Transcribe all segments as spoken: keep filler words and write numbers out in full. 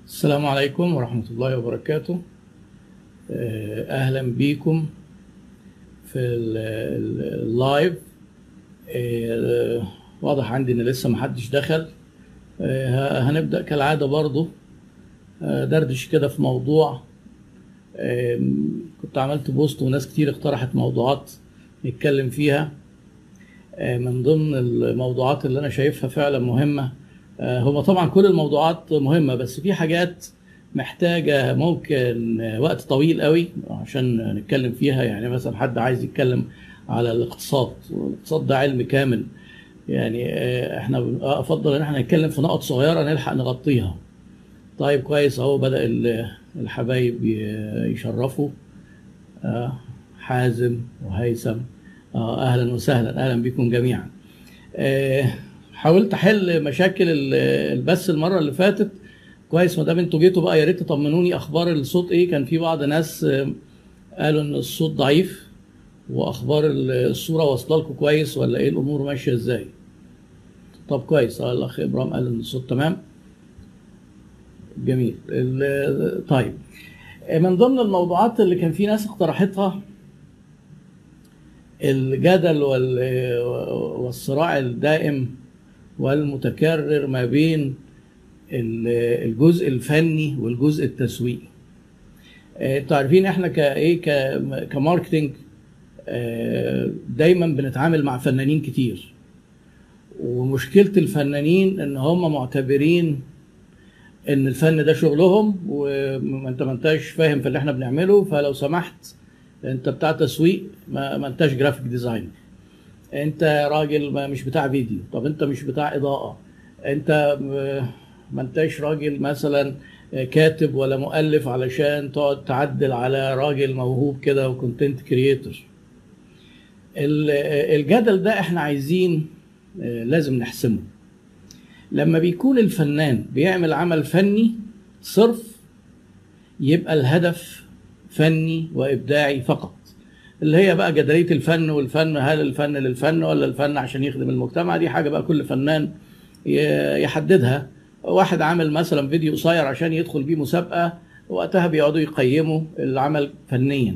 السلام عليكم ورحمة الله وبركاته. أهلا بيكم في اللايف. واضح عندي إن لسه محدش دخل. هنبدأ كالعادة برضو دردش كده في موضوع. كنت عملت بوست وناس كتير اقترحت موضوعات نتكلم فيها. من ضمن الموضوعات اللي أنا شايفها فعلا مهمة، هو طبعا كل الموضوعات مهمة، بس في حاجات محتاجة ممكن وقت طويل قوي عشان نتكلم فيها. يعني مثلا حد عايز يتكلم على الاقتصاد، والاقتصاد ده علم كامل. يعني احنا افضل ان احنا نتكلم في نقط صغيرة نلحق نغطيها. طيب كويس، اهو بدأ الحبايب يشرفوا. حازم وهيثم، اهلا وسهلا، اهلا بكم جميعا. حاولت احل مشاكل البث المره اللي فاتت. كويس، ما دام انتوا جيتوا بقى يا ريت تطمنوني اخبار الصوت ايه. كان في بعض ناس قالوا ان الصوت ضعيف، واخبار الصوره واصله لكم كويس ولا ايه؟ الامور ماشيه ازاي؟ طب كويس، اه الاخ ابراهيم قال ان الصوت تمام. جميل. طيب، من ضمن الموضوعات اللي كان في ناس اقترحتها الجدل والصراع الدائم والمتكرر ما بين الجزء الفني والجزء التسويقي. انتوا عارفين احنا كايه كماركتنج دايما بنتعامل مع فنانين كتير، ومشكلة الفنانين ان هم معتبرين ان الفن ده شغلهم، وما انت ما انتش فاهم في اللي احنا بنعمله، فلو سمحت انت بتاع تسويق، ما انتش جرافيك ديزاينر، انت راجل مش بتاع فيديو، طب انت مش بتاع اضاءة، انت ما انتش راجل مثلا كاتب ولا مؤلف علشان تقعد تعدل على راجل موهوب كده وكونتنت كرييتور. الجدل ده احنا عايزين لازم نحسمه. لما بيكون الفنان بيعمل عمل فني صرف، يبقى الهدف فني وإبداعي فقط، اللي هي بقى جدلية الفن والفن، هل الفن للفن ولا الفن عشان يخدم المجتمع؟ دي حاجة بقى كل فنان يحددها. واحد عامل مثلا فيديو قصير عشان يدخل بيه مسابقة، وقتها بيقعدوا يقيموا العمل فنيا.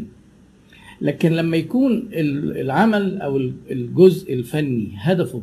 لكن لما يكون العمل أو الجزء الفني هدفه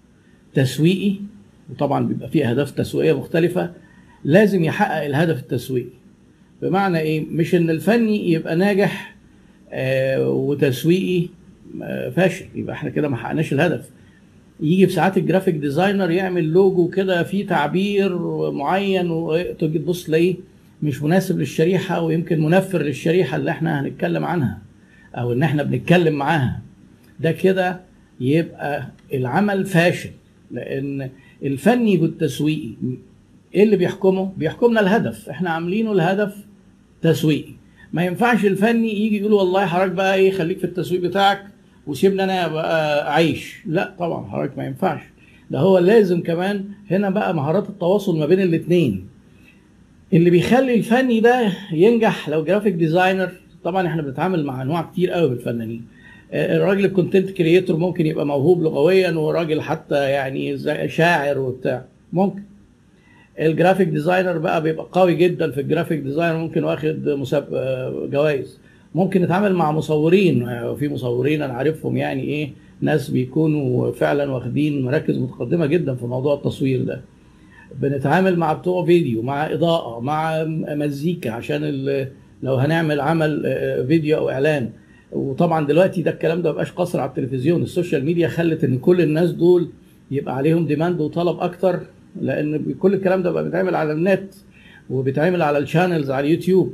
تسويقي، وطبعا بيبقى فيه أهداف تسويقية مختلفة، لازم يحقق الهدف التسويقي. بمعنى إيه؟ مش إن الفني يبقى ناجح آه وتسويقي آه فاشل، يبقى احنا كده ما حققناش الهدف. يجي في ساعات الجرافيك ديزاينر يعمل لوجو كده فيه تعبير معين، وتجي تبص تلاقيه مش مناسب للشريحة، ويمكن منفر للشريحة اللي احنا هنتكلم عنها او ان احنا بنتكلم معاها. ده كده يبقى العمل فاشل، لان الفني والتسويقي ايه اللي بيحكمه؟ بيحكمنا الهدف، احنا عاملينه الهدف تسويقي. ما ينفعش الفني يجي يقول والله حضرتك بقى ايه، خليك في التسويق بتاعك وسيبني انا بقى اعيش. لا طبعا حضرتك ما ينفعش. ده هو لازم كمان هنا بقى مهارات التواصل ما بين الاثنين. اللي بيخلي الفني ده ينجح لو جرافيك ديزاينر، طبعا احنا بنتعامل مع انواع كتير قوي بالفنانين. الراجل الكونتنت كرييتور ممكن يبقى موهوب لغويا، وراجل حتى يعني شاعر وبتاع، ممكن. الجرافيك ديزاينر بقى بيبقى قوي جدا في الجرافيك ديزاينر، ممكن واخد مسابقة جوائز. ممكن نتعامل مع مصورين، وفي مصورين انا عارفهم يعني ايه، ناس بيكونوا فعلا واخدين مراكز متقدمة جدا في موضوع التصوير ده. بنتعامل مع بتوع فيديو، مع اضاءة، مع مزيكا، عشان لو هنعمل عمل فيديو او اعلان. وطبعا دلوقتي ده الكلام ده مبقاش قاصر على التلفزيون، السوشيال ميديا خلت ان كل الناس دول يبقى عليهم ديماند وطلب اكتر، لان كل الكلام ده بقى بيتعمل على النت وبيتعمل على الشانلز على اليوتيوب.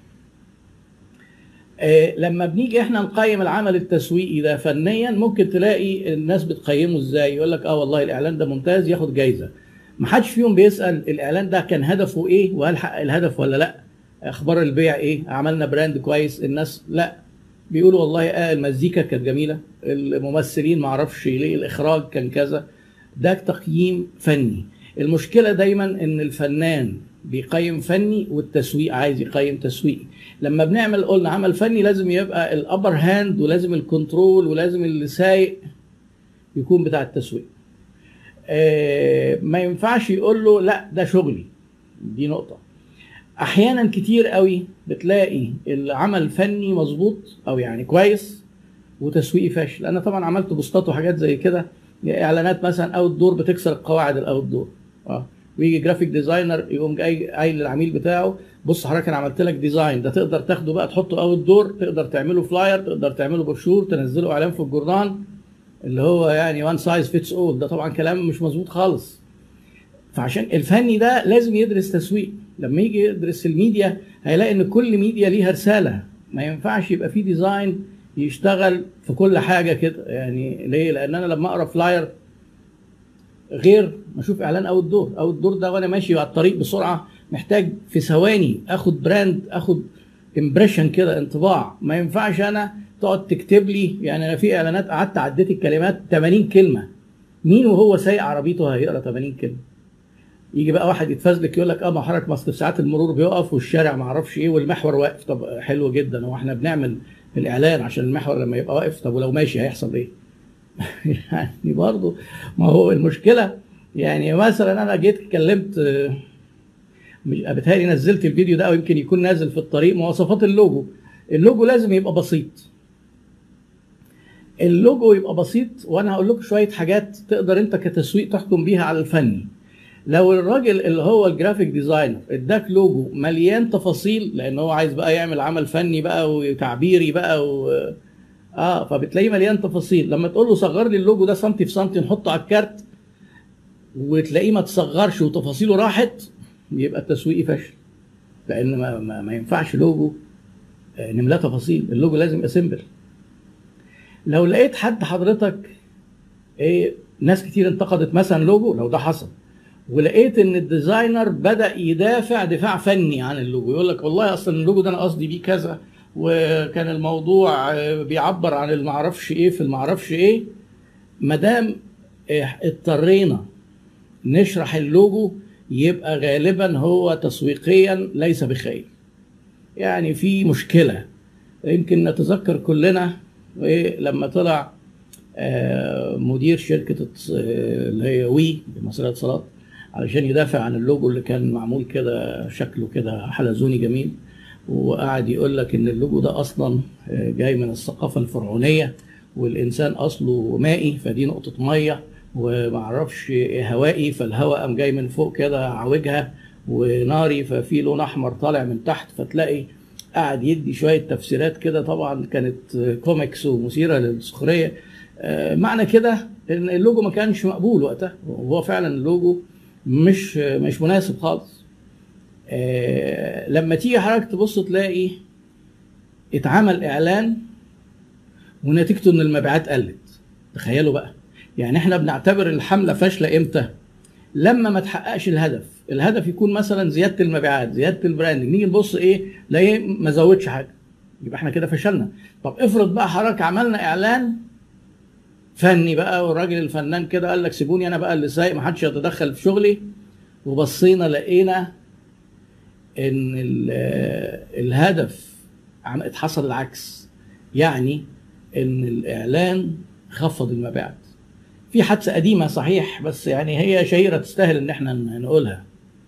آه لما بنيجي احنا نقيم العمل التسويقي ده فنيا، ممكن تلاقي الناس بتقيمه ازاي. يقول لك اه والله الاعلان ده ممتاز، ياخد جايزة. ما حدش فيهم بيسأل الاعلان ده كان هدفه ايه، وهل حقق الهدف ولا لا، اخبار البيع ايه، عملنا براند كويس الناس. لا، بيقولوا والله اه المزيكا كانت جميلة، الممثلين معرفش ليه، الاخراج كان كذا. ده تقييم فني. المشكلة دايما ان الفنان بيقيم فني والتسويق عايز يقيم تسويقي. لما بنعمل قلنا عمل فني لازم يبقى الابر هاند، ولازم الكنترول، ولازم اللي سايق يكون بتاع التسويق. آه ما ينفعش يقول له لا ده شغلي، دي نقطة. احيانا كتير قوي بتلاقي العمل فني مظبوط او يعني كويس وتسويقي فاشل. انا طبعا عملت بوستات وحاجات زي كده، اعلانات مثلا اوت دور بتكسر القواعد الاوت دور، اه ويجي جرافيك ديزاينر يقوم جاي قايل للعميل بتاعه بص حضرتك انا عملت لك ديزاين ده تقدر تاخده بقى تحطه اوت دور، تقدر تعمله فلاير، تقدر تعمله بروشور، تنزله اعلان في الجورنال، اللي هو يعني وان سايز فيتس اول. ده طبعا كلام مش مظبوط خالص. فعشان الفني ده لازم يدرس تسويق. لما يجي يدرس الميديا هيلاقي ان كل ميديا ليها رساله، ما ينفعش يبقى في ديزاين يشتغل في كل حاجه كده. يعني ليه؟ لان انا لما اقرا فلاير غير ما اشوف اعلان اوت دور. اوت دور ده وانا ماشي على الطريق بسرعه محتاج في ثواني اخد براند، اخد امبريشن كده، انطباع. ما ينفعش انا تقعد تكتب لي، يعني انا في اعلانات قعدت عديت الكلمات ثمانين كلمه، مين وهو سايق عربيته هيقرا ثمانين كلمه؟ يجي بقى واحد يتفزلك يقول لك اه ما حضرتك مصر ساعات المرور بيقف والشارع ما اعرفش ايه والمحور واقف. طب حلو جدا، هو احنا بنعمل الاعلان عشان المحور لما يبقى واقف؟ طب ولو ماشي هيحصل ايه؟ يعني برضه ما هو المشكله. يعني مثلا انا جيت اتكلمت، بتهيألي نزلت الفيديو ده او يمكن يكون نازل في الطريق، مواصفات اللوجو. اللوجو لازم يبقى بسيط. اللوجو يبقى بسيط، وانا هقول لكم شويه حاجات تقدر انت كتسويق تحكم بيها على الفني. لو الراجل اللي هو الجرافيك ديزاينر اداك لوجو مليان تفاصيل، لان هو عايز بقى يعمل عمل فني بقى وتعبيري بقى و... اه فبتلاقيه مليان تفاصيل. لما تقول له صغر لي اللوجو ده سنتي في سنتي نحطه على الكارت، وتلاقيه ما تصغرش وتفاصيله راحت، يبقى التسويق فشل. لان ما, ما, ما ينفعش لوجو نملاه تفاصيل، اللوجو لازم يبقى سيمبل. لو لقيت حد حضرتك ايه، ناس كتير انتقدت مثلا لوجو، لو ده حصل ولقيت ان الديزاينر بدا يدافع دفاع فني عن اللوجو، يقول لك والله اصلا اللوجو ده انا قصدي بيه كذا، وكان الموضوع بيعبر عن المعرفش ايه في المعرفش ايه. مادام اضطرينا نشرح اللوجو يبقى غالبا هو تسويقيا ليس بخير. يعني في مشكله. يمكن نتذكر كلنا لما طلع مدير شركه اللي هي وي بمصرية اتصالات علشان يدافع عن اللوجو اللي كان معمول كده شكله كده حلزوني جميل، وقعد يقول لك ان اللوجو ده اصلا جاي من الثقافه الفرعونيه، والانسان اصله مائي فدي نقطه ميه، ومعرفش هوائي فالهواء قام جاي من فوق كده عوجها، وناري ففي لون احمر طالع من تحت. فتلاقي قعد يدي شويه تفسيرات كده، طبعا كانت كوميكس ومثيره للسخريه. معنى كده ان اللوجو ما كانش مقبول وقتها، وهو فعلا اللوجو مش مش مناسب خالص. آه لما تيجي حضرتك تبص تلاقي اتعمل اعلان ونتيجته ان المبيعات قلت. تخيلوا بقى، يعني احنا بنعتبر الحمله فاشله امتى؟ لما ما تحققش الهدف. الهدف يكون مثلا زياده المبيعات، زياده البراندنج، نيجي نبص ايه لا ما زودش حاجه، يبقى احنا كده فشلنا. طب افرض بقى حضرتك عملنا اعلان فني بقى، والراجل الفنان كده قال لك سيبوني انا بقى اللي سايق، ما حدش يتدخل في شغلي، وبصينا لقينا ان الهدف اتحصل العكس، يعني ان الاعلان خفض المبيعات. في حادثه قديمه صحيح، بس يعني هي شهيره تستاهل ان احنا نقولها.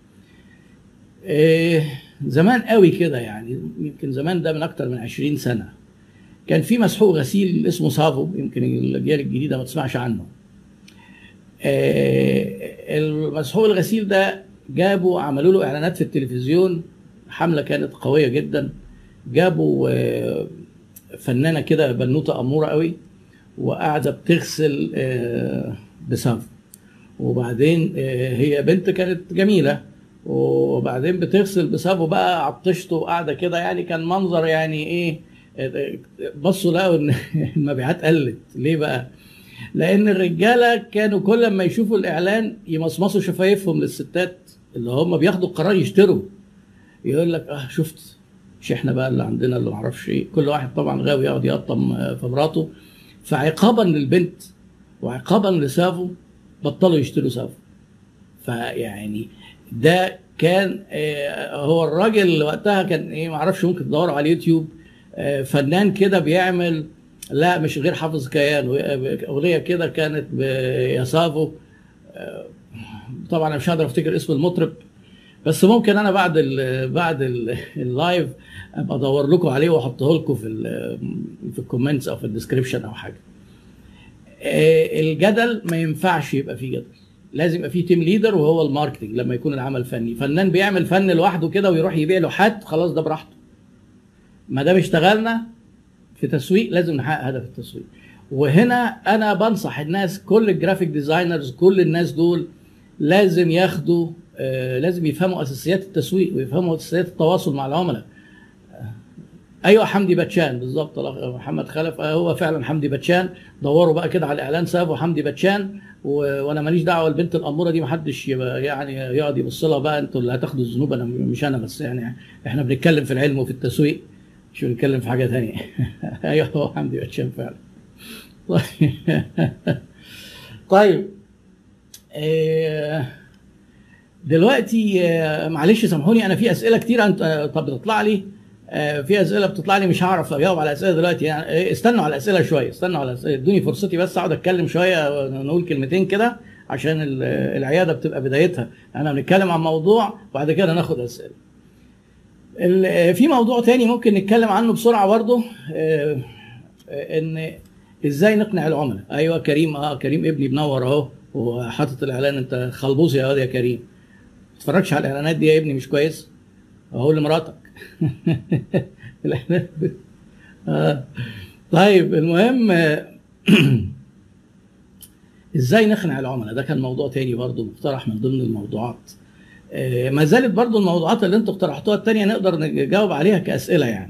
زمان قوي كده، يعني يمكن زمان ده من اكتر من عشرين سنه، كان في مسحوق غسيل اسمه سافو، يمكن الاجيال الجديده ما تسمعش عنه. المسحوق الغسيل ده جابوا عملوا له اعلانات في التلفزيون، حمله كانت قويه جدا. جابوا فنانه كده بنوته اموره قوي وقاعده بتغسل بسافو، وبعدين هي بنت كانت جميله، وبعدين بتغسل بسافو بقى عطشته وقاعده كده، يعني كان منظر يعني ايه. بصوا لقوا ان المبيعات قلت. ليه بقى؟ لان الرجاله كانوا كل ما يشوفوا الاعلان يمصمصوا شفايفهم للستات اللي هم بياخدوا القرار يشتروا، يقول لك اه شفت، مش احنا بقى اللي عندنا اللي معرفش ايه. كل واحد طبعا غاوي يقعد يقطم في مراته. فعقابا للبنت وعقابا لسافو بطلوا يشتروا سافو. فيعني ده كان آه هو الراجل وقتها كان ايه معرفش، ممكن تدوروا على اليوتيوب، آه فنان كده بيعمل، لا مش غير حافظ كيان، اغنيه كده كانت يا سافو، آه طبعا انا مش هقدر افتكر اسم المطرب، بس ممكن انا بعد ال بعد ال اللايف ابقى ادور لكم عليه واحطه لكم في ال في الكومنتس او في الديسكربشن او حاجه. الجدل ما ينفعش يبقى فيه جدل، لازم يبقى فيه تيم ليدر وهو الماركتنج. لما يكون العمل فني، فنان بيعمل فن لوحده كده ويروح يبيع له حد، خلاص ده براحته. ما دام اشتغلنا في تسويق لازم نحقق هدف التسويق. وهنا انا بنصح الناس، كل الجرافيك ديزاينرز، كل الناس دول لازم ياخدوا آه لازم يفهموا اساسيات التسويق ويفهموا اساسيات التواصل مع العملاء. آه ايوه حمدي باتشان بالظبط، محمد خلف آه هو فعلا حمدي باتشان. دوروا بقى كده على الاعلان سابوا حمدي باتشان، وانا ماليش دعوه البنت الاموره دي، محدش يعني يقعد يبص لها بقى انتوا اللي هتاخدوا الذنوب، انا مش انا بس، يعني احنا بنتكلم في العلم وفي التسويق، مش بنتكلم في حاجه ثانيه. ايوه هو حمدي باتشان فعلا. طيب دلوقتي معلش سامحوني، انا في اسئله كتير انت طب بتطلع لي، في اسئله بتطلع لي مش هعرف اجاوب على الاسئله دلوقتي، يعني استنوا على الاسئله شويه، استنوا على الاسئله، ادوني فرصتي بس اقعد اتكلم شويه، نقول كلمتين كده عشان العياده بتبقى بدايتها انا بنتكلم عن موضوع وبعد كده ناخد اسئله. في موضوع تاني ممكن نتكلم عنه بسرعه برضه، ان ازاي نقنع العملاء. ايوه كريم، اه كريم ابني منور اهو وحاطط الاعلان، انت خلبوز يا واد يا كريم، ما تتفرجش على الاعلانات دي يا ابني مش كويس، اهو لمراتك. آه. طيب المهم ازاي نقنع العملاء، ده كان موضوع تاني برضو مقترح من ضمن الموضوعات. آه ما زالت برضو الموضوعات اللي انتوا اقترحتوها التانية نقدر نجاوب عليها كأسئلة يعني.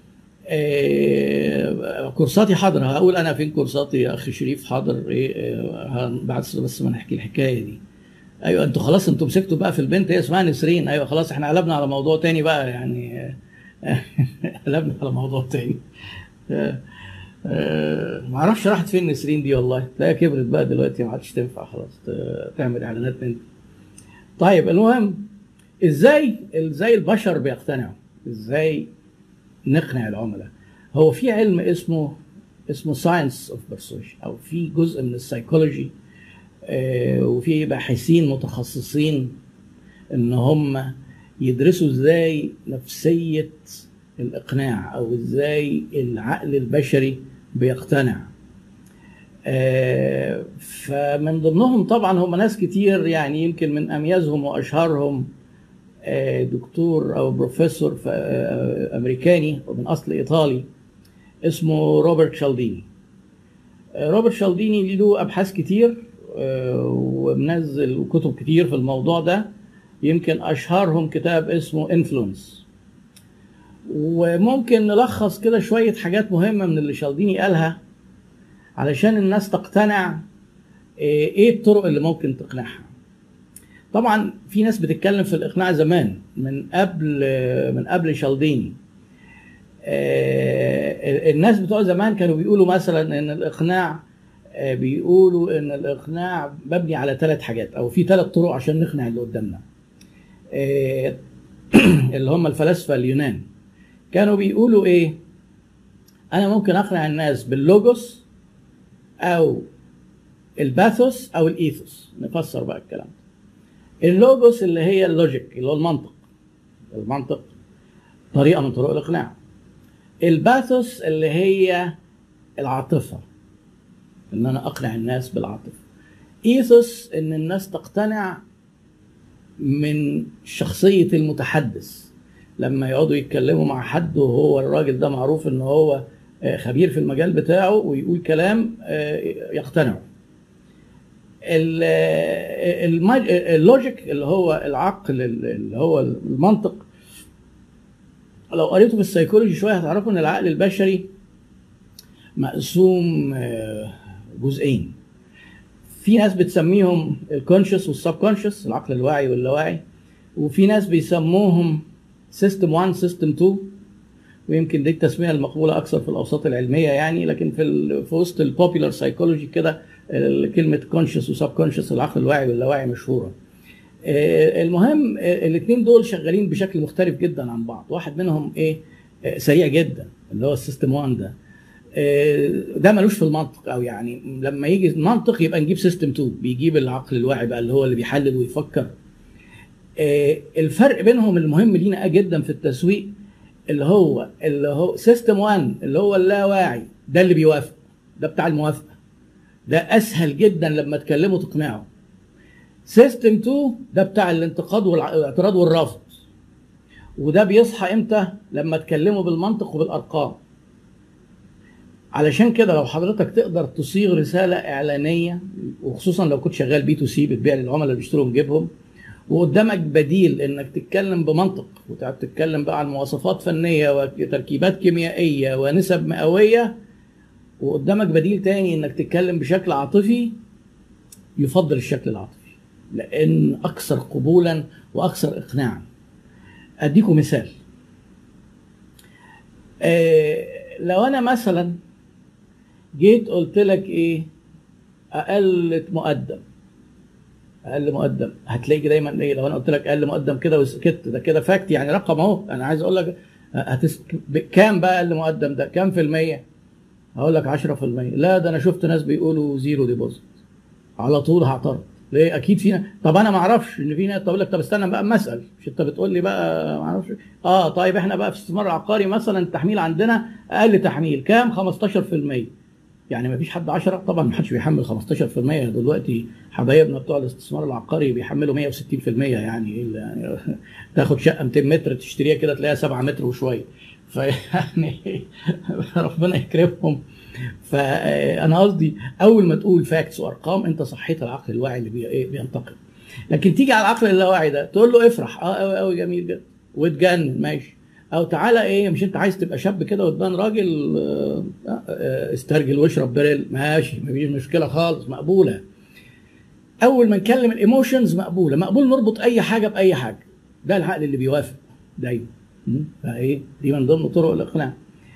آه كورساتي حاضر، هقول انا فين كورساتي يا اخي شريف، حاضر ايه آه بعد بس ما نحكي الحكايه دي. ايوه انتوا خلاص انتوا مسكتوا بقى في البنت، هي اسمها نسرين، ايوه خلاص احنا قلبنا على موضوع تاني بقى يعني. قلبنا على موضوع تاني. آه آه ما اعرفش راحت فين نسرين دي والله، تلاقيها كبرت بقى دلوقتي ما عادش تنفع خلاص تعمل اعلانات بنت. طيب المهم ازاي ازاي البشر بيقتنعوا، ازاي نقنع العملاء. هو في علم اسمه اسمه ساينس اوف بيرسويشن، او في جزء من السايكولوجي آه وفي باحثين متخصصين ان هم يدرسوا ازاي نفسية الاقناع او ازاي العقل البشري بيقتنع. آه فمن ضمنهم طبعا هم ناس كتير، يعني يمكن من اميزهم واشهرهم آه دكتور او بروفيسور آه امريكاني ومن اصل ايطالي اسمه روبرت شالديني. آه روبرت شالديني له ابحاث كتير ومنزل كتب كتير في الموضوع ده، يمكن اشهرهم كتاب اسمه انفلونس. وممكن نلخص كده شوية حاجات مهمة من اللي شالديني قالها علشان الناس تقتنع ايه الطرق اللي ممكن تقنعها. طبعا في ناس بتتكلم في الاقناع زمان من قبل من قبل شالديني. الناس بتوع زمان كانوا بيقولوا مثلا ان الاقناع بيقولوا ان الاقناع مبني على ثلاث حاجات او في ثلاث طرق عشان نقنع اللي قدامنا. اللي هم الفلاسفه اليونان كانوا بيقولوا ايه، انا ممكن اقنع الناس باللوجوس او الباثوس او الايثوس. نفسر بقى الكلام ده. اللوجوس اللي هي اللوجيك اللي هو المنطق، المنطق طريقه من طرق الاقناع. الباثوس اللي هي العاطفه، ان انا اقنع الناس بالعاطفه. ايثوس ان الناس تقتنع من شخصيه المتحدث، لما يقعدوا يتكلموا مع حد وهو الراجل ده معروف ان هو خبير في المجال بتاعه ويقول كلام يقتنعوا. اللوجيك اللي هو العقل اللي هو المنطق، لو قريتوا في السيكولوجي شويه هتعرفوا ان العقل البشري مقسوم جزئين. في ناس بتسميهم الكونشس والسب كونشس، العقل الواعي واللاواعي، وفي ناس بيسموهم سيستم واحد سيستم اتنين، ويمكن دي التسميه المقبوله اكثر في الاوساط العلميه يعني، لكن في في وسط البوبيلر سايكولوجي كده كلمه كونشس وسب كونشس العقل الواعي واللاواعي مشهوره. المهم الاثنين دول شغالين بشكل مختلف جدا عن بعض. واحد منهم ايه سريع جدا اللي هو السيستم واحد ده، ده ملوش في المنطق، او يعني لما يجي المنطق يبقى نجيب سيستم اتنين بيجيب العقل الواعي بقى اللي هو اللي بيحلل ويفكر. الفرق بينهم المهم لينا جدا في التسويق اللي هو اللي هو سيستم واحد اللي هو اللاواعي، ده اللي بيوافق، ده بتاع الموافقه، ده اسهل جدا لما تكلمه تقنعه. سيستم اتنين ده بتاع الانتقاد والاعتراض والرفض، وده بيصحى امتى؟ لما تكلمه بالمنطق وبالارقام. علشان كده لو حضرتك تقدر تصيغ رساله اعلانيه، وخصوصا لو كنت شغال بي تو سي بتبيع للعملاء اللي بيشتروا ونجيبهم، وقدامك بديل انك تتكلم بمنطق وتتكلم بقى عن مواصفات فنيه وتركيبات كيميائيه ونسب مئويه، وقدامك بديل تاني انك تتكلم بشكل عاطفي، يفضل الشكل العاطفي لان اكثر قبولا واكثر اقناعا. اديكم مثال. آه لو انا مثلا جيت قلت لك ايه اقل مقدم، اقل مقدم هتلاقي دايما ايه؟ لو انا قلت لك اقل مقدم كده وسكت، ده كده فاكت يعني رقم اهو. انا عايز اقول لك هتس... كام بقى اقل مقدم ده؟ كام في المية؟ هقول لك عشرة في المية. لا ده انا شفت ناس بيقولوا زيرو ديبوزيت. على طول هعترض. ليه؟ اكيد فينا. طب انا ما اعرفش ان في ناس. طب اقول لك طب استنى بقى اما اسال، مش انت بتقول لي بقى ما اعرفش. اه طيب احنا بقى في الاستثمار العقاري مثلا التحميل عندنا اقل تحميل كام؟ خمستاشر في المية. يعني ما فيش حد عشرة؟ طبعا ما حدش بيحمل خمستاشر في المية دلوقتي. حبايبنا بتوع الاستثمار العقاري بيحملوا مية وستين في المية. يعني يعني تاخد شقه مئتين متر تشتريها كده تلاقيها سبعة متر وشويه. فيعني ربنا يكرمهم. فانا قصدي اول ما تقول فاكتس وارقام انت صحيت العقل الواعي اللي بي ايه بينتقد. لكن تيجي على العقل اللاواعي ده تقول له افرح، اه قوي قوي جميل جدا وتجنن ماشي، او تعالى ايه مش انت عايز تبقى شاب كده وتبان راجل، اه اه استرجل واشرب بريل، ماشي مفيش مشكله خالص، مقبوله. اول ما نكلم الايموشنز مقبوله، مقبول نربط اي حاجه باي حاجه، ده العقل اللي بيوافق دايما. فايه دي من ضمن طرق الاقناع.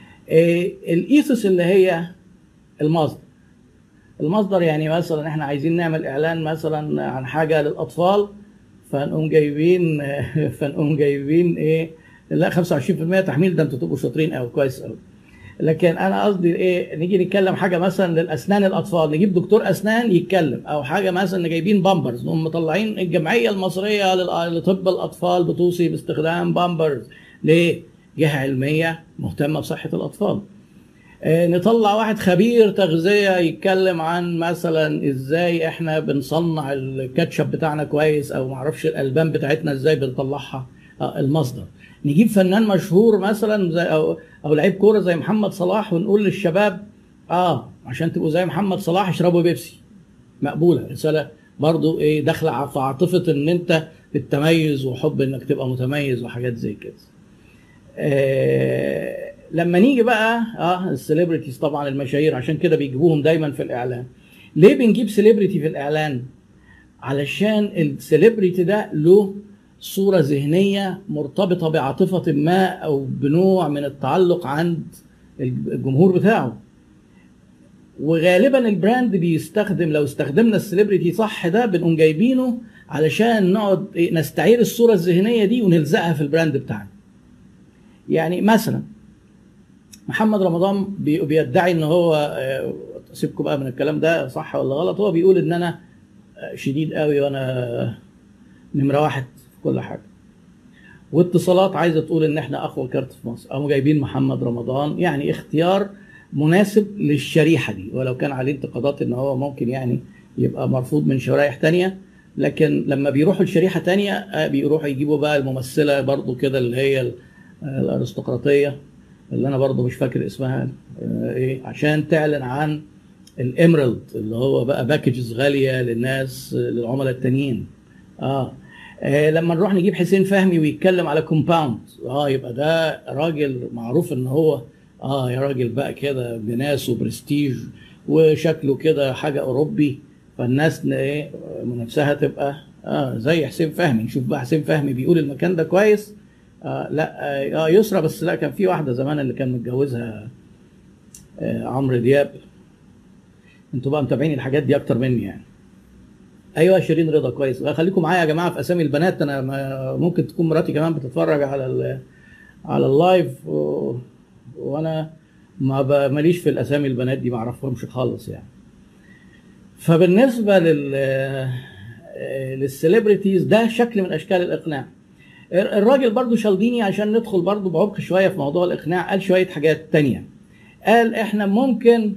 إيه الايثوس اللي هي المصدر. المصدر يعني مثلا احنا عايزين نعمل اعلان مثلا عن حاجه للاطفال، فنقوم جايبين فنقوم جايبين ايه؟ لا خمسة وعشرين في المية تحميل، ده انتوا تبقوا شاطرين قوي كويس قوي. لكن انا قصدي ايه؟ نيجي نتكلم حاجه مثلا للاسنان الاطفال، نجيب دكتور اسنان يتكلم، او حاجه مثلا جايبين بامبرز، نقوم مطلعين الجمعيه المصريه لطب الاطفال بتوصي باستخدام بامبرز. ليه؟ جهه علميه مهتمه بصحه الاطفال. نطلع واحد خبير تغذية يتكلم عن مثلا ازاي احنا بنصنع الكاتشب بتاعنا كويس، او معرفش الالبان بتاعتنا ازاي بنطلعها. المصدر. نجيب فنان مشهور مثلا زي او او لعيب كوره زي محمد صلاح ونقول للشباب اه عشان تبقوا زي محمد صلاح اشربوا بيبسي. مقبوله رساله برضو ايه داخله في عاطفه ان انت التميز وحب انك تبقى متميز وحاجات زي كده. آه لما نيجي بقى اه السليبرتيز طبعا المشاهير، عشان كده بيجيبوهم دايما في الاعلان. ليه بنجيب سليبرتي في الاعلان؟ علشان السليبرتي ده له صورة ذهنية مرتبطة بعاطفة ما او بنوع من التعلق عند الجمهور بتاعه. وغالبا البراند بيستخدم، لو استخدمنا السليبرتي صح ده بنقوم جايبينه علشان نقعد نستعير الصورة الذهنية دي ونلزقها في البراند بتاعنا. يعني مثلا محمد رمضان بيدعي ان هو، سيبكم بقى من الكلام ده صح ولا غلط، هو بيقول ان انا شديد قوي وانا نمره واحد في كل حاجه. واتصالات عايزه تقول ان احنا اقوى كارت في مصر، او جايبين محمد رمضان. يعني اختيار مناسب للشريحه دي، ولو كان عليه انتقادات ان هو ممكن يعني يبقى مرفوض من شرايح تانية. لكن لما بيروحوا لشريحه تانية بيروحوا يجيبوا بقى الممثله برضو كده اللي هي الارستقراطيه اللي انا برضو مش فاكر اسمها ايه، عشان تعلن عن الاميرالد اللي هو بقى باكجز غاليه للناس للعملاء التانيين. اه, آه لما نروح نجيب حسين فهمي ويتكلم على كومباوند، اه يبقى ده راجل معروف ان هو اه يا راجل بقى كده بناس وبرستيج وشكله كده حاجه اوروبي، فالناس ايه نفسها تبقى اه زي حسين فهمي. نشوف بقى حسين فهمي بيقول المكان ده كويس. آه لا اه يسرى، بس لا كان في واحده زمان اللي كان متجوزها آه عمرو دياب. انتوا بقى متابعين الحاجات دي اكتر مني يعني. ايوه شيرين رضا كويس. خليكم معايا يا جماعه في اسامي البنات، انا ممكن تكون مراتي كمان بتتفرج على على اللايف و... وانا ما ماليش في الاسامي البنات دي، ما اعرفهمش خالص يعني. فبالنسبه لل للسليبرتيز ده شكل من اشكال الاقناع. الراجل برضو شالديني عشان ندخل برضو بعمق شويه في موضوع الاقناع قال شويه حاجات تانية. قال احنا ممكن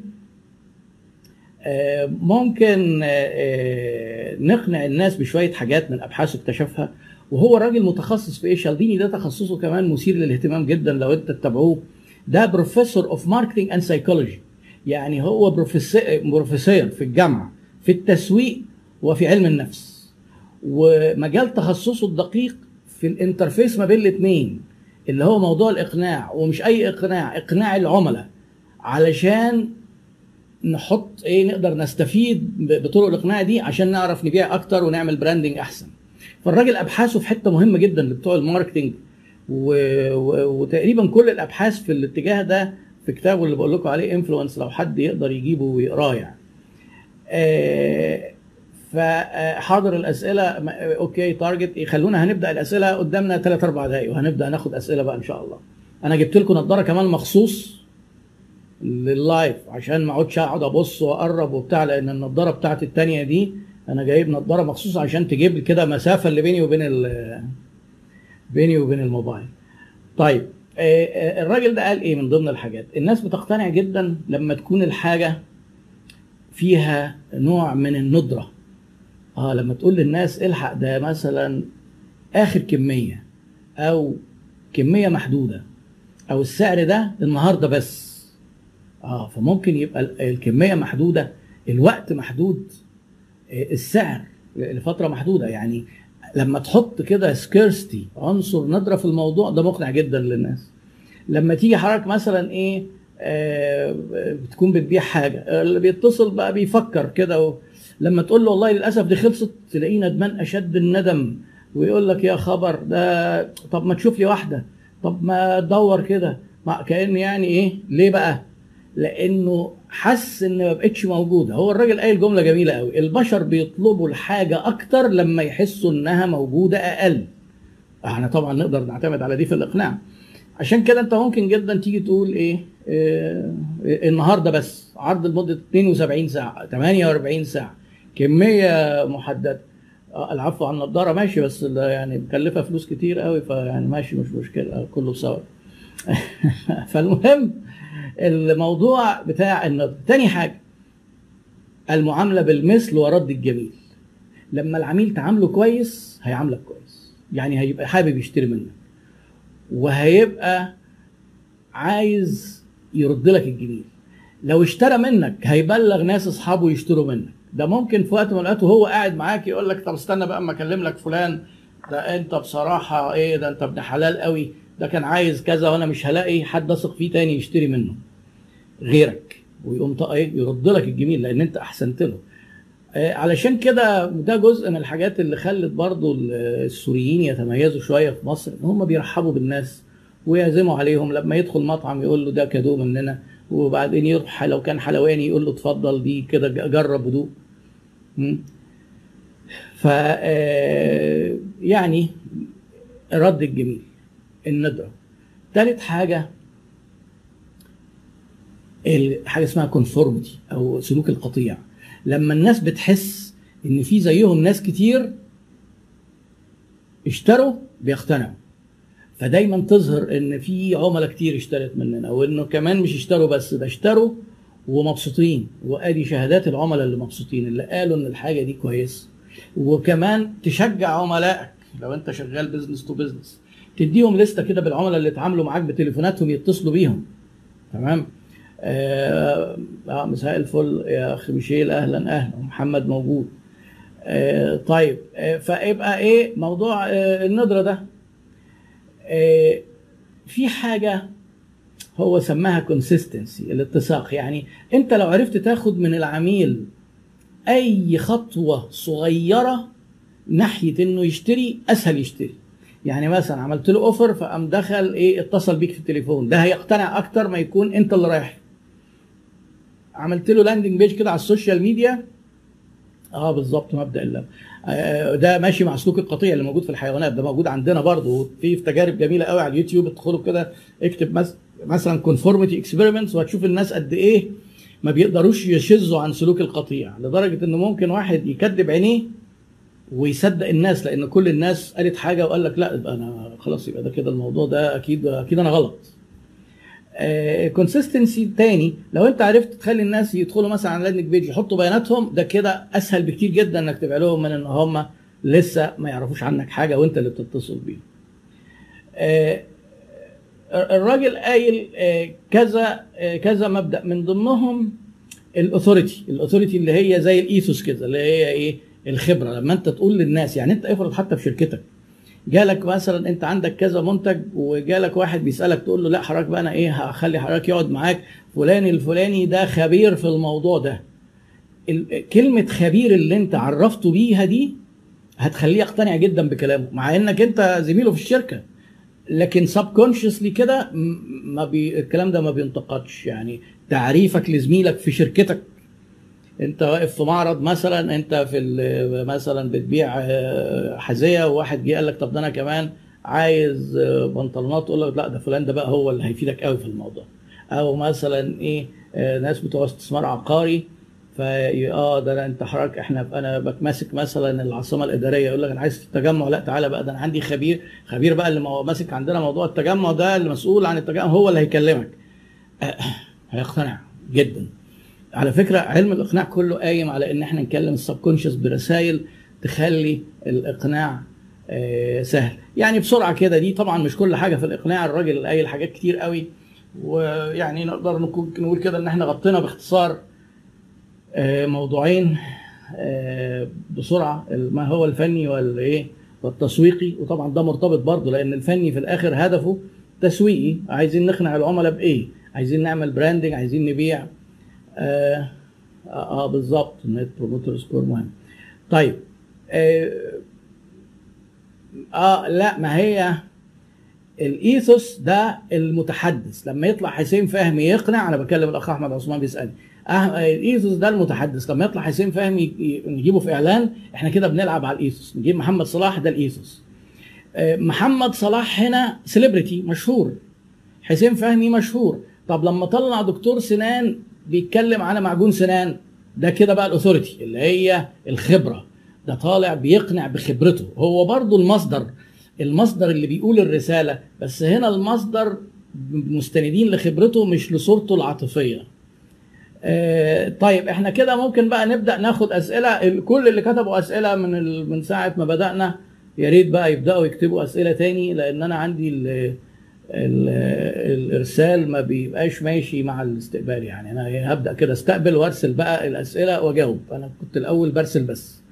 ممكن نقنع الناس بشويه حاجات من ابحاث اكتشفها، وهو راجل متخصص في ايه. شالديني ده تخصصه كمان مثير للاهتمام جدا لو انت تتابعوه. ده بروفيسور اوف ماركتنج اند سايكولوجي، يعني هو بروفيسور في الجامعه في التسويق وفي علم النفس، ومجال تخصصه الدقيق في الانترفيس ما بين الاثنين اللي هو موضوع الاقناع، ومش اي اقناع، اقناع العملاء علشان نحط ايه، نقدر نستفيد بطرق الاقناع دي عشان نعرف نبيع اكتر ونعمل براندنج احسن. فالراجل ابحاثه في حته مهمه جدا لبتوع الماركتنج، و... و... وتقريبا كل الابحاث في الاتجاه ده في كتابه اللي بقول لكم عليه انفلونس، لو حد يقدر يجيبه ويقراه يعني. آه فحاضر الاسئله. اوكي تارجت، خلونا هنبدا الاسئله قدامنا ثلاث اربع دقائق وهنبدا ناخد اسئله بقى ان شاء الله. انا جبت لكم نظاره كمان مخصوص لللايف عشان ما اقعدش اقعد ابص واقرب وبتاع، لان النظاره بتاعتي الثانيه دي انا جايب نظاره مخصوص عشان تجيب كده مسافه اللي بيني وبين بيني وبين الموبايل. طيب الراجل ده قال ايه من ضمن الحاجات؟ الناس بتقتنع جدا لما تكون الحاجه فيها نوع من الندره. اه لما تقول للناس الحق ده مثلا اخر كميه او كميه محدوده او السعر ده النهارده بس. اه فممكن يبقى الكميه محدوده، الوقت محدود، السعر لفتره محدوده. يعني لما تحط كده سكيرستي، عنصر ندره في الموضوع ده، مقنع جدا للناس. لما تيجي حضرتك مثلا ايه آه بتكون بتبيع حاجه، اللي بيتصل بقى بيفكر كده، لما تقول له والله للاسف دي خلصت، تلاقيه ندمان اشد الندم ويقول لك يا خبر ده، طب ما تشوف لي واحده، طب ما تدور كده، كأن يعني ايه. ليه بقى؟ لانه حس ان ما بقتش موجوده. هو الراجل قايل جمله جميله قوي، البشر بيطلبوا الحاجه اكتر لما يحسوا انها موجوده اقل. احنا طبعا نقدر نعتمد على دي في الاقناع. عشان كده انت ممكن جدا تيجي تقول ايه اه النهارده بس عرض لمده اثنين وسبعين ساعه، ثمانية وأربعين ساعه، كميه محدده. اه العفو عن النضاره ماشي، بس يعني مكلفه فلوس كتير قوي، فيعني ماشي مش مشكله كله سوا. فالمهم الموضوع بتاع النظر. تاني حاجه المعامله بالمثل ورد الجميل. لما العميل تعامله كويس هيعاملك كويس، يعني هيبقى حابب يشتري منك، وهيبقى عايز يرد لك الجميل. لو اشترى منك هيبلغ ناس اصحابه يشتروا منك. ده ممكن في وقت من الاوقات وهو قاعد معاك يقول لك طب استنى بقى اما اكلم لك فلان، ده انت بصراحه ايه، ده انت ابن حلال قوي، ده كان عايز كذا وانا مش هلاقي حد اثق فيه تاني يشتري منه غيرك، ويقوم طق ايه يرد لك الجميل لان انت احسنت له. آه علشان كده ده جزء من الحاجات اللي خلت برضو السوريين يتميزوا شويه في مصر، ان هم بيرحبوا بالناس ويعزموا عليهم. لما يدخل مطعم يقول له ده كادو مننا، وبعدين يروح لو كان حلواني يقول له اتفضل دي كده جرب ودوق. ف يعني رد الجميل، الندرة. ثالث حاجة حاجة اسمها كونفورميتي أو سلوك القطيع. لما الناس بتحس إن في زيهم ناس كتير اشتروا بيقتنعوا، فدايما تظهر إن في عملاء كتير اشترت مننا، وإنه كمان مش اشتروا بس، ده اشتروا ومبسوطين، وادي شهادات العملاء اللي مبسوطين اللي قالوا إن الحاجة دي كويسة. وكمان تشجع عملائك لو أنت شغال بزنس تو بزنس، تديهم لستة كده بالعملاء اللي اتعاملوا معاك بتليفوناتهم يتصلوا بيهم. تمام؟ آه مساء الفل يا اخي ميشيل، اهلا اهلا، محمد موجود. آه طيب آه فيبقى ايه موضوع آه الندرة ده. آه في حاجة هو سماها كونسيستنسي، الاتساق. يعني انت لو عرفت تاخد من العميل اي خطوة صغيرة ناحية انه يشتري، اسهل يشتري. يعني مثلا عملت له اوفر فقام دخل ايه اتصل بيك في التليفون، ده هيقتنع اكتر ما يكون انت اللي رايح. عملت له لاندنج بيج كده على السوشيال ميديا، اه بالظبط مبدا اللم. آه ده ماشي مع سلوك القطيع اللي موجود في الحيوانات، ده موجود عندنا برضه في في تجارب جميله قوي على اليوتيوب. ادخلوا كده اكتب مثلا كونفورميتي اكسبيرمنتس وهتشوف الناس قد ايه ما بيقدروش يشزوا عن سلوك القطيع، لدرجه ان ممكن واحد يكذب عينيه ويصدق الناس، لان كل الناس قالت حاجه وقال لك لا يبقى انا خلاص، يبقى ده كده الموضوع ده اكيد اكيد انا غلط. كونسيستنسي uh, تاني، لو انت عرفت تخلي الناس يدخلوا مثلا على لاندنج بيج يحطوا بياناتهم، ده كده اسهل بكتير جدا انك تبيع لهم من ان هم لسه ما يعرفوش عنك حاجه وانت اللي بتتصل بيهم. uh, الراجل قايل uh, كذا uh, كذا مبدا، من ضمنهم الاثوريتي. الاثوريتي اللي هي زي الايثوس كده، اللي هي ايه؟ الخبره. لما انت تقول للناس، يعني انت افرض حتى في شركتك جالك مثلا انت عندك كذا منتج وجالك واحد بيسالك، تقول له لا حضرتك بقى انا ايه هخلي حضرتك يقعد معاك فلان الفلاني ده خبير في الموضوع ده. كلمه خبير اللي انت عرفته بيها دي هتخليه يقتنع جدا بكلامه، مع انك انت زميله في الشركه، لكن سبكونشسلي كده ما بي الكلام ده ما بينتقدش. يعني تعريفك لزميلك في شركتك، انت واقف في معرض مثلا، انت في مثلا بتبيع حذاء، وواحد جه قال لك طب ده انا كمان عايز بنطلونات، تقول له لا ده فلان ده بقى هو اللي هيفيدك قوي في الموضوع. او مثلا ايه، ناس بتوع استثمار عقاري، فا اه ده انت حضرتك احنا انا ماسك مثلا العاصمه الاداريه، يقول لك انا عايز في التجمع، لا تعالى بقى ده انا عندي خبير خبير بقى اللي ماسك عندنا موضوع التجمع ده، اللي مسؤول عن التجمع هو اللي هيكلمك. هيقتنع جدا. على فكره علم الاقناع كله قايم على ان احنا نكلم السبكونشس برسائل تخلي الاقناع سهل. يعني بسرعه كده، دي طبعا مش كل حاجه في الاقناع، الراجل قايل حاجات كتير قوي، ويعني نقدر نقول كده ان احنا غطينا باختصار موضوعين بسرعه، ما هو الفني والايه والتسويقي. وطبعا ده مرتبط برضه، لان الفني في الاخر هدفه تسويقي، عايزين نقنع العملاء بايه، عايزين نعمل براندنج، عايزين نبيع. اه, آه بالظبط، النت بروموتر سكور مهم. طيب آه, اه لا، ما هي الايثوس ده المتحدث. لما يطلع حسين فهمي يقنع، انا بكلم الاخ احمد عثمان بيسالني، آه الايثوس ده المتحدث. لما يطلع حسين فهمي نجيبه في اعلان، احنا كده بنلعب على الايثوس. نجيب محمد صلاح، ده الايثوس. آه محمد صلاح هنا سيلبرتي مشهور، حسين فهمي مشهور. طب لما طلع دكتور سنان بيتكلم على معجون سنان، ده كده بقى الاثوريتي اللي هي الخبره، ده طالع بيقنع بخبرته، هو برضو المصدر المصدر اللي بيقول الرساله، بس هنا المصدر مستندين لخبرته مش لصورته العاطفيه. آه طيب احنا كده ممكن بقى نبدا ناخد اسئله. كل اللي كتبوا اسئله من من ساعه ما بدانا، يا ريت بقى يبداوا يكتبوا اسئله تاني، لان انا عندي ال الارسال ما بيبقاش ماشي مع الاستقبال. يعني انا هبدا كده استقبل وارسل بقى الاسئله واجاوب، انا كنت الاول برسل بس.